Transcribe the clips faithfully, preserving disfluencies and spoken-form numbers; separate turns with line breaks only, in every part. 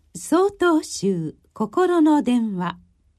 総統集心の電話。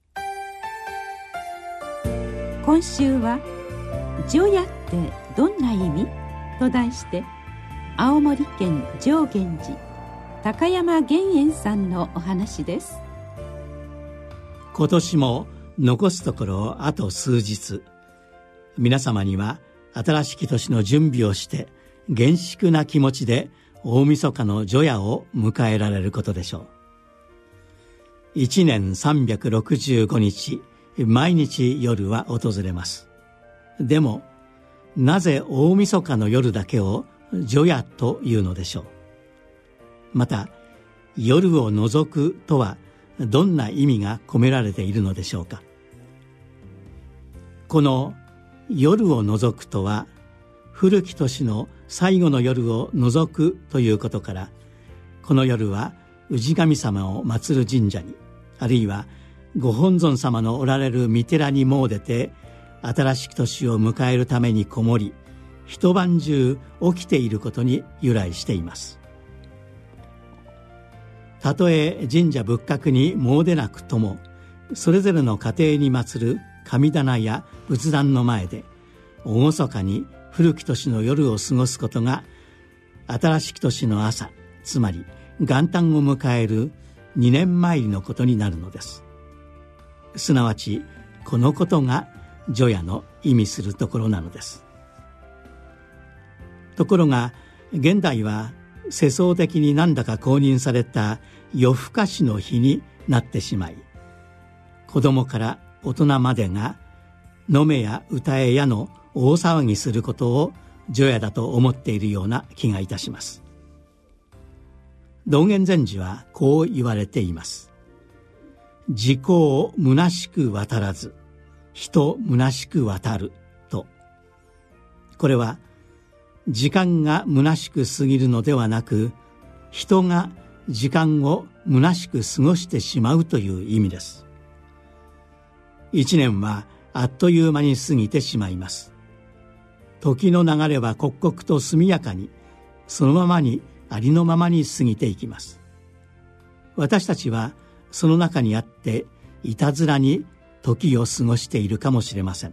今週は除夜ってどんな意味と題して、青森県上元寺高山玄円さんのお話です。
今年も残すところあと数日、皆様には新しき年の準備をして厳粛な気持ちで大晦日の除夜を迎えられることでしょう。一年さんびゃくろくじゅうごにち、毎日夜は訪れます。でもなぜ大晦日の夜だけを除夜というのでしょう。また夜を除くとはどんな意味が込められているのでしょうか。この夜を除くとは、古き年の最後の夜を除くということから、この夜は氏神様を祀る神社に、あるいはご本尊様のおられる御寺に詣でて、新しき年を迎えるためにこもり、一晩中起きていることに由来しています。たとえ神社仏閣に詣でなくとも、それぞれの家庭に祀る神棚や仏壇の前で厳かに古き年の夜を過ごすことが、新しき年の朝、つまり元旦を迎える二年参りのことになるのです。すなわちこのことが除夜の意味するところなのです。ところが現代は世相的になんだか公認された夜更かしの日になってしまい、子供から大人までが飲めや歌えやの大騒ぎすることを除夜だと思っているような気がいたします。道元禅師はこう言われています。時効虚しく渡らず、人虚しく渡ると。これは時間が虚しく過ぎるのではなく、人が時間を虚しく過ごしてしまうという意味です。一年はあっという間に過ぎてしまいます。時の流れは刻々と速やかに、そのままにありのままに過ぎていきます。私たちはその中にあって、いたずらに時を過ごしているかもしれません。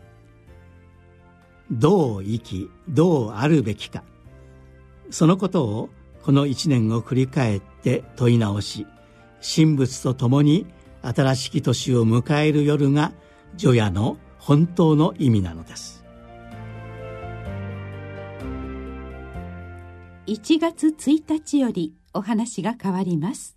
どう生き、どうあるべきか、そのことをこの一年を振り返って問い直し、神仏と共に新しき年を迎える夜が除夜の本当の意味なのです。
いちがつついたちよりお話が変わります。